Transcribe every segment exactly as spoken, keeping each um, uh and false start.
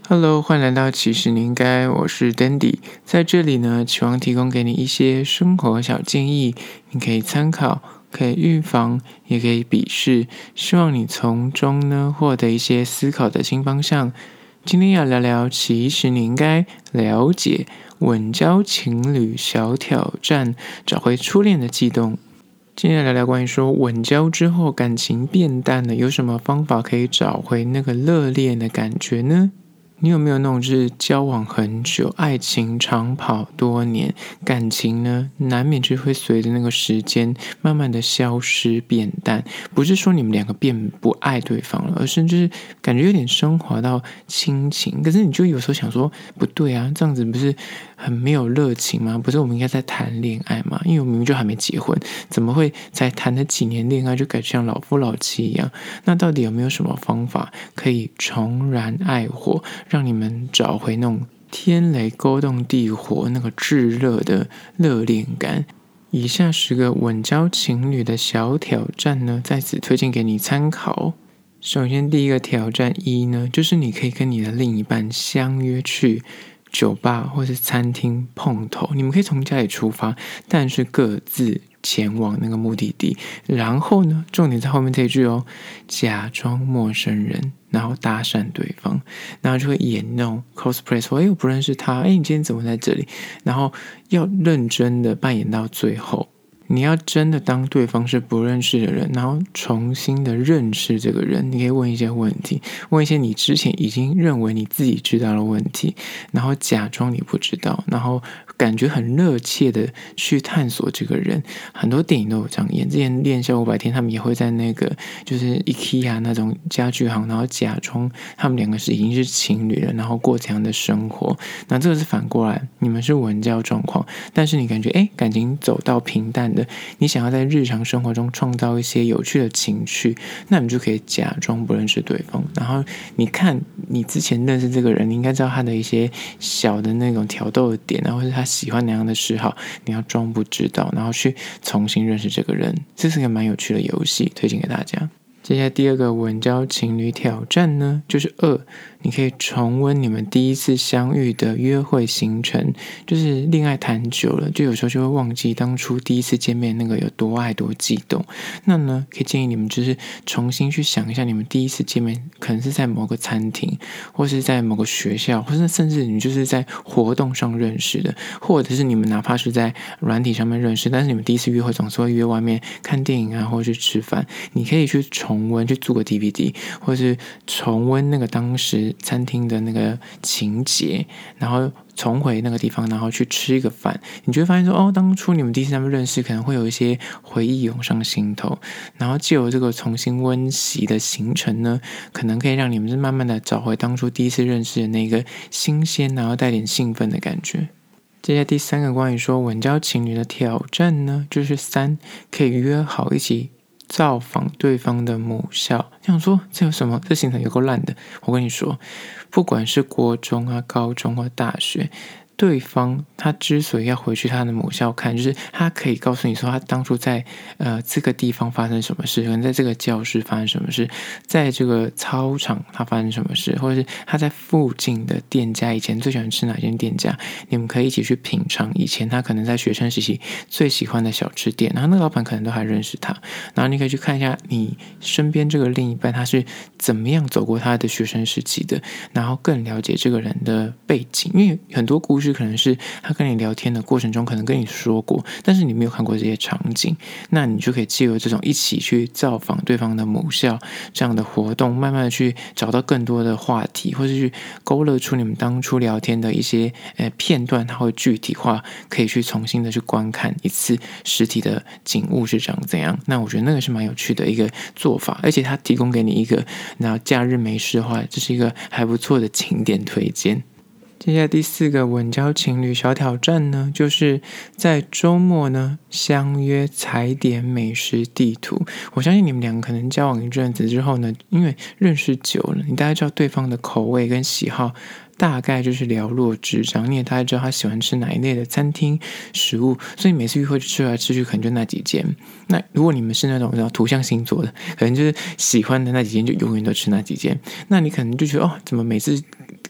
Hello，欢迎来到其实你应该，我是 Dandy， 在这里呢，期望提供给你一些生活小建议，你可以参考，可以预防，也可以比视，希望你从中呢获得一些思考的新方向。今天要聊聊，其实你应该了解稳交情侣小挑战，找回初恋的悸动。今天聊聊关于说稳交之后感情变淡了，有什么方法可以找回那个热恋的感觉呢？你有没有那种就是交往很久，爱情长跑多年，感情呢难免就会随着那个时间慢慢的消失变淡，不是说你们两个变不爱对方了，而是就是感觉有点升华到亲情，可是你就有时候想说不对啊，这样子不是很没有热情吗？不是我们应该在谈恋爱吗？因为我明明就还没结婚，怎么会才谈了几年恋爱就感觉像老夫老妻一样？那到底有没有什么方法可以重燃爱火，让你们找回那种天雷勾动地火那个炙热的热恋感？以下十个稳交情侣的小挑战呢，在此推荐给你参考。首先第一个挑战一呢，就是你可以跟你的另一半相约去酒吧或是餐厅碰头，你们可以从家里出发，但是各自前往那个目的地，然后呢，重点在后面这一句哦，假装陌生人，然后搭讪对方，然后就会演那种 cosplay 说，哎，我不认识他，哎，你今天怎么在这里？然后要认真的扮演到最后。你要真的当对方是不认识的人，然后重新的认识这个人，你可以问一些问题，问一些你之前已经认为你自己知道的问题，然后假装你不知道，然后感觉很热切的去探索这个人。很多电影都有这样演，之前《恋笑五百天》他们也会在那个就是 IKEA 那种家具行，然后假装他们两个是已经是情侣了，然后过这样的生活。那这个是反过来，你们是稳交状况，但是你感觉哎，感情走到平淡的，你想要在日常生活中创造一些有趣的情趣，那你就可以假装不认识对方，然后你看你之前认识这个人，你应该知道他的一些小的那种挑逗的点，然后是他喜欢哪样的嗜好，你要装不知道，然后去重新认识这个人。这是个蛮有趣的游戏，推荐给大家。接下来第二个稳交情侣挑战呢，就是二，你可以重温你们第一次相遇的约会行程。就是恋爱谈久了，就有时候就会忘记当初第一次见面那个有多爱多激动。那呢，可以建议你们就是重新去想一下，你们第一次见面可能是在某个餐厅，或是在某个学校，或是甚至你就是在活动上认识的，或者是你们哪怕是在软体上面认识，但是你们第一次约会总是会约外面看电影啊，或者去吃饭，你可以去重温，去租个 D V D， 或是重温那个当时餐厅的那个情节，然后重回那个地方，然后去吃一个饭，你就会发现说，哦，当初你们第一次他们认识，可能会有一些回忆涌上心头，然后藉由这个重新温习的行程呢，可能可以让你们是慢慢的找回当初第一次认识的那个新鲜，然后带点兴奋的感觉。接下来第三个关于说稳交情侣的挑战呢，就是三，可以约好一起造访对方的母校。你想说这有什么？这行程有够烂的。我跟你说，不管是国中啊、高中或大学，对方他之所以要回去他的母校看，就是他可以告诉你说他当初在呃这个地方发生什么事，可能在这个教室发生什么事，在这个操场他发生什么事，或者是他在附近的店家以前最喜欢吃哪间店家，你们可以一起去品尝以前他可能在学生时期最喜欢的小吃店，然后那个老板可能都还认识他，然后你可以去看一下你身边这个另一半他是怎么样走过他的学生时期的，然后更了解这个人的背景，因为很多故事可能是他跟你聊天的过程中可能跟你说过，但是你没有看过这些场景，那你就可以借由这种一起去造访对方的母校这样的活动，慢慢的去找到更多的话题，或是去勾勒出你们当初聊天的一些呃片段，它会具体化，可以去重新的去观看一次实体的景物是长怎样。那我觉得那个是蛮有趣的一个做法，而且它提供给你一个，然后假日没事的话，这是一个还不错的景点推荐。接下来第四个稳交情侣小挑战呢，就是在周末呢相约踩点美食地图。我相信你们两个可能交往一阵子之后呢，因为认识久了，你大概知道对方的口味跟喜好，大概就是了若指掌，你也大概知道他喜欢吃哪一类的餐厅食物，所以每次约会吃来吃去可能就那几间。那如果你们是那种土象星座的，可能就是喜欢的那几间就永远都吃那几间，那你可能就觉得哦，怎么每次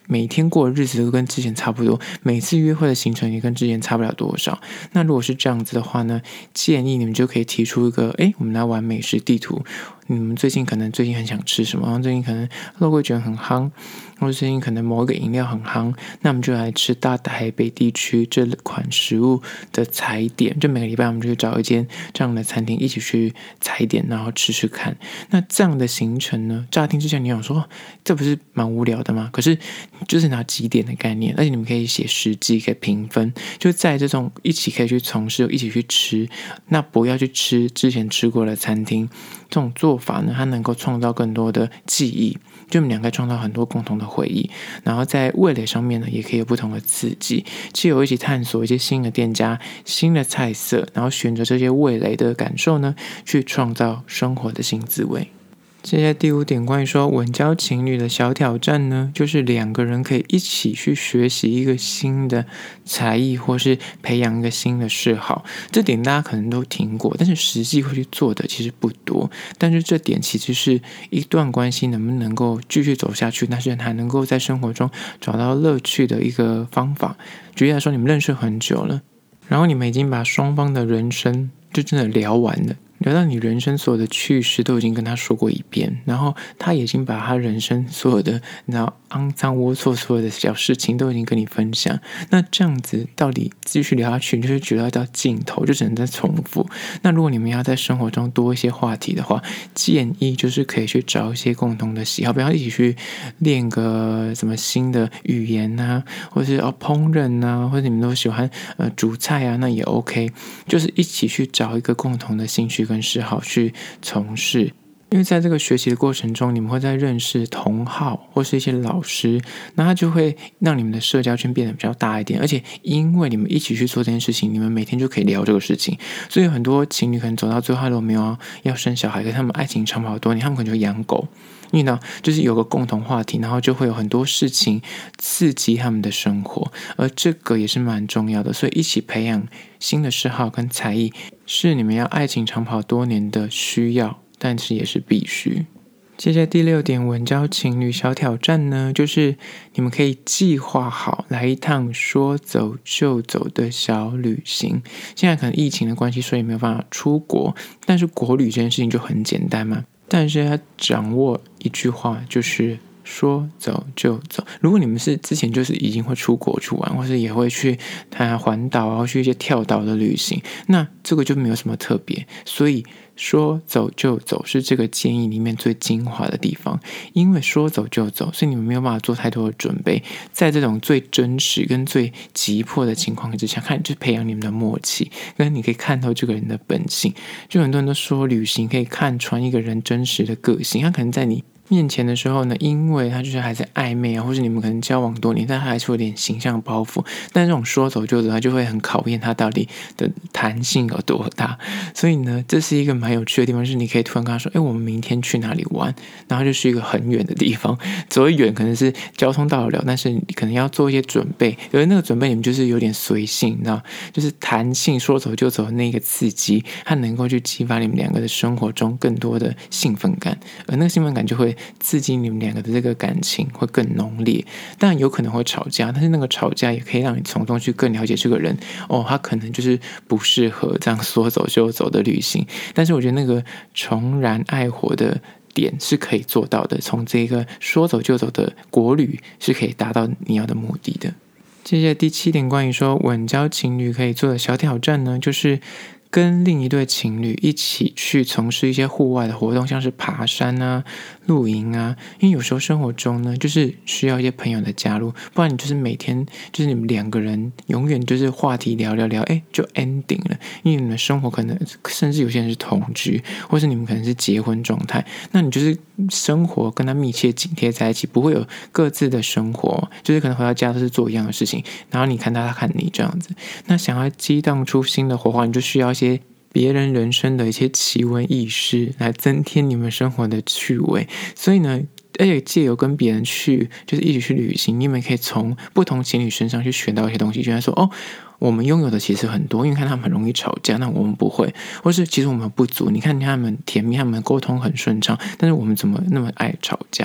每天过的日子都跟之前差不多，每次约会的行程也跟之前差不了多少。那如果是这样子的话呢，建议你们就可以提出一个，诶，我们来玩美食地图。你们最近可能最近很想吃什么，然后最近可能肉桂卷很夯，或者最近可能某一个饮料很夯，那我们就来吃大台北地区这款食物的踩点，就每个礼拜我们就去找一间这样的餐厅一起去踩点，然后吃吃看。那这样的行程呢，乍听之下你想说这不是蛮无聊的吗？可是就是拿几点的概念，而且你们可以写实际可以评分，就在这种一起可以去从事一起去吃，那不要去吃之前吃过的餐厅，这种做法呢，它能够创造更多的记忆，就我们两个创造很多共同的回忆，然后在味蕾上面呢，也可以有不同的刺激，既有一起探索一些新的店家、新的菜色，然后选择这些味蕾的感受呢，去创造生活的新滋味。接下来第五点，关于说稳交情侣的小挑战呢，就是两个人可以一起去学习一个新的才艺，或是培养一个新的嗜好。这点大家可能都听过，但是实际会去做的其实不多。但是这点其实是一段关系能不能够继续走下去，但是还能够在生活中找到乐趣的一个方法。举例来说，你们认识很久了，然后你们已经把双方的人生就真的聊完了，聊到你人生所有的趣事都已经跟他说过一遍，然后他已经把他人生所有的你知道肮脏龌龊所有的小事情都已经跟你分享。那这样子到底继续聊下去，你就是觉得到尽头就只能再重复。那如果你们要在生活中多一些话题的话，建议就是可以去找一些共同的喜好，不要一起去练个什么新的语言啊，或是哦烹饪啊，或者你们都喜欢呃煮菜啊，那也 OK， 就是一起去找一个共同的兴趣跟嗜好去从事。因为在这个学习的过程中，你们会在认识同好或是一些老师，那他就会让你们的社交圈变得比较大一点，而且因为你们一起去做这件事情，你们每天就可以聊这个事情，所以很多情侣可能走到最后，他都没有要要生小孩，可是他们爱情长跑多年，他们可能就养狗，因为呢，就是有个共同话题，然后就会有很多事情刺激他们的生活，而这个也是蛮重要的，所以一起培养新的嗜好跟才艺，是你们要爱情长跑多年的需要，但是也是必须。接下来第六点，稳交情侣小挑战呢，就是你们可以计划好来一趟说走就走的小旅行。现在可能疫情的关系，所以没有办法出国，但是国旅这件事情就很简单嘛。但是要掌握一句话，就是说走就走。如果你们是之前就是已经会出国去玩，或是也会去它环岛啊，去一些跳岛的旅行，那这个就没有什么特别。所以说走就走是这个建议里面最精华的地方，因为说走就走，所以你们没有办法做太多的准备，在这种最真实跟最急迫的情况之下，看就培养你们的默契，跟你可以看到这个人的本性。就很多人都说旅行可以看穿一个人真实的个性，他可能在你面前的时候呢，因为他就是还在暧昧啊，或是你们可能交往多年，但他还是有点形象包袱。但这种说走就走，他就会很考验他到底的弹性有多大。所以呢，这是一个蛮有趣的地方，就是你可以突然跟他说：“哎，我们明天去哪里玩？”然后就是一个很远的地方，走得远可能是交通到得了，但是你可能要做一些准备。有的那个准备，你们就是有点随性，你知道，就是弹性说走就走的那个刺激，它能够去激发你们两个的生活中更多的兴奋感，而那个兴奋感就会刺激你们两个的这个感情会更浓烈。当然有可能会吵架，但是那个吵架也可以让你从中去更了解这个人哦，他可能就是不适合这样说走就走的旅行。但是我觉得那个重燃爱火的点是可以做到的，从这个说走就走的国旅是可以达到你要的目的的。接下来第七点，关于说稳交情侣可以做的小挑战呢，就是跟另一对情侣一起去从事一些户外的活动，像是爬山啊、露营啊。因为有时候生活中呢，就是需要一些朋友的加入，不然你就是每天就是你们两个人永远就是话题聊聊聊，哎，就 ending 了。因为你们生活可能甚至有些人是同居，或是你们可能是结婚状态，那你就是生活跟他密切紧贴在一起，不会有各自的生活，就是可能回到家都是做一样的事情，然后你看他，他看你这样子。那想要激荡出新的火花，你就需要一些别人人生的一些奇闻异事来增添你们生活的趣味。所以呢，而且借由跟别人去就是一起去旅行，你们可以从不同情侣身上去学到一些东西，就像说哦，我们拥有的其实很多，因为看他们很容易吵架，那我们不会，或是其实我们不足，你看他们甜蜜，他们沟通很顺畅，但是我们怎么那么爱吵架？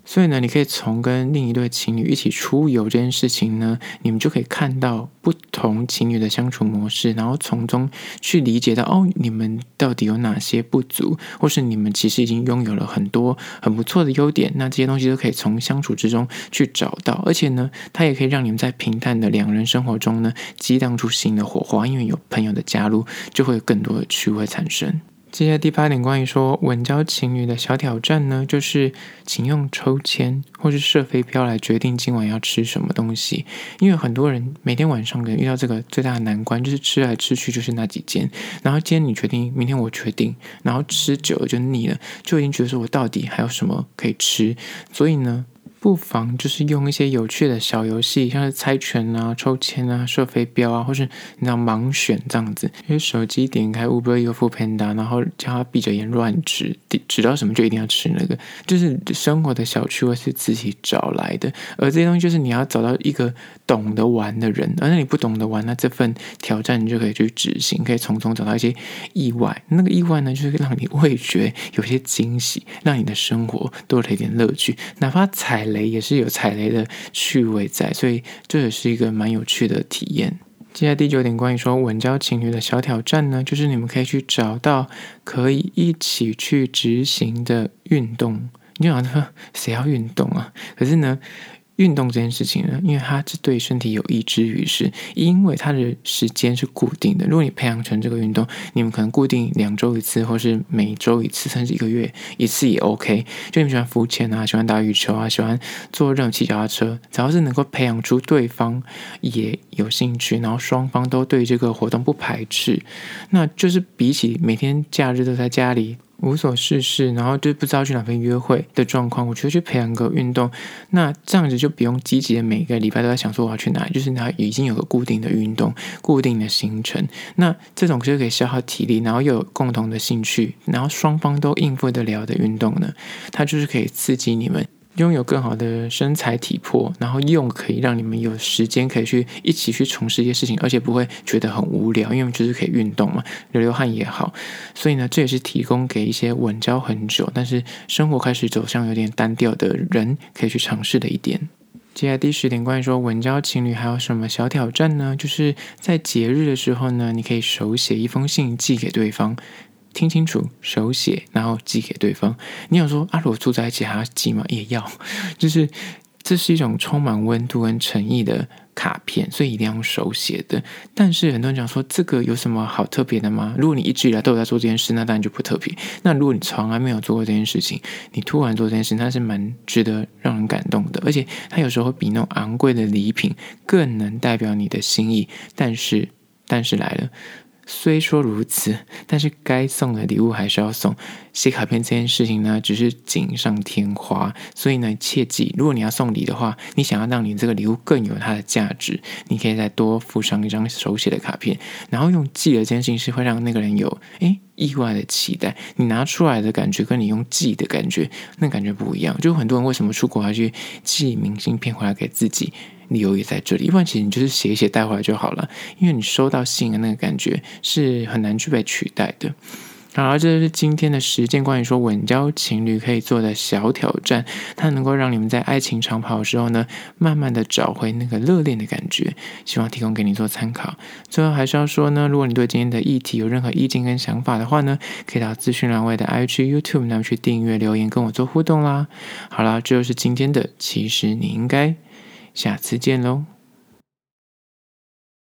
所以呢，你可以从跟另一对情侣一起出游这件事情呢，你们就可以看到不同情侣的相处模式，然后从中去理解到哦，你们到底有哪些不足，或是你们其实已经拥有了很多很不错的优点，那这些东西都可以从相处之中去找到，而且呢，它也可以让你们在平淡的两人生活中呢，激荡出新的火花，因为有朋友的加入，就会有更多的趣味产生。接下来第八点，关于说稳交情侣的小挑战呢，就是请用抽签或是射飞镖来决定今晚要吃什么东西。因为很多人每天晚上可能遇到这个最大的难关，就是吃来吃去就是那几间，然后今天你决定，明天我决定，然后吃久了就腻了，就已经觉得说我到底还有什么可以吃，所以呢，不妨就是用一些有趣的小游戏，像是猜拳啊、抽签啊、射飞镖啊，或是你知道盲选这样子。因为手机点开 Uber Eats、Foodpanda，然后叫他闭着眼乱指，指到什么就一定要吃那个。就是生活的小趣味是自己找来的，而这些东西就是你要找到一个懂得玩的人，而那你不懂得玩，那这份挑战你就可以去执行，可以从中找到一些意外。那个意外呢，就是让你味觉有些惊喜，让你的生活多了一点乐趣，哪怕踩雷也是有踩雷的趣味在，所以这也是一个蛮有趣的体验。接下来第九点，关于说稳交情侣的小挑战呢，就是你们可以去找到可以一起去执行的运动。你就想说谁要运动啊？可是呢，运动这件事情呢，因为它是对身体有益之余，是因为它的时间是固定的。如果你培养成这个运动，你们可能固定两周一次，或是每周一次，甚至一个月一次也 OK。就你们喜欢浮潜啊，喜欢打羽球啊，喜欢做任何骑脚踏车，只要是能够培养出对方也有兴趣，然后双方都对这个活动不排斥，那就是比起每天假日都在家里无所事事，然后就不知道去哪边约会的状况，我觉得去培养个运动，那这样子就不用积极的每个礼拜都在想说我要去哪里，就是它已经有个固定的运动、固定的行程，那这种就可以消耗体力，然后又有共同的兴趣，然后双方都应付得了的运动呢，它就是可以刺激你们拥有更好的身材体魄，然后用可以让你们有时间可以去一起去从事一些事情，而且不会觉得很无聊，因为就是可以运动嘛，流流汗也好。所以呢，这也是提供给一些稳交很久，但是生活开始走向有点单调的人可以去尝试的一点。接下来第十点，关于说稳交情侣还有什么小挑战呢？就是在节日的时候呢，你可以手写一封信寄给对方。听清楚，手写然后寄给对方。你想说啊，如果住在一起还要寄吗？也要，就是这是一种充满温度跟诚意的卡片，所以一定要用手写的。但是很多人讲说，这个有什么好特别的吗？如果你一直以来都有在做这件事，那当然就不特别。那如果你从来没有做过这件事情，你突然做这件事，那是蛮值得让人感动的。而且它有时候会比那种昂贵的礼品更能代表你的心意。但是，但是来了。虽说如此，但是该送的礼物还是要送。写卡片这件事情呢，只是锦上添花，所以呢，切记，如果你要送礼的话，你想要让你这个礼物更有它的价值，你可以再多附上一张手写的卡片，然后用寄的这件事情是会让那个人有诶意外的期待。你拿出来的感觉跟你用寄的感觉，那感觉不一样。就很多人为什么出国还去寄明信片回来给自己？理由也在这里，一般其实你就是写一写带回来就好了，因为你收到信的那个感觉是很难去被取代的。好，这是今天的十件关于说稳交情侣可以做的小挑战，它能够让你们在爱情长跑的时候呢，慢慢的找回那个热恋的感觉，希望提供给你做参考。最后还是要说呢，如果你对今天的议题有任何意见跟想法的话呢，可以到资讯栏位的 I G、YouTube 那去订阅留言跟我做互动啦。好啦，这就是今天的，其实你应该。下次见喽。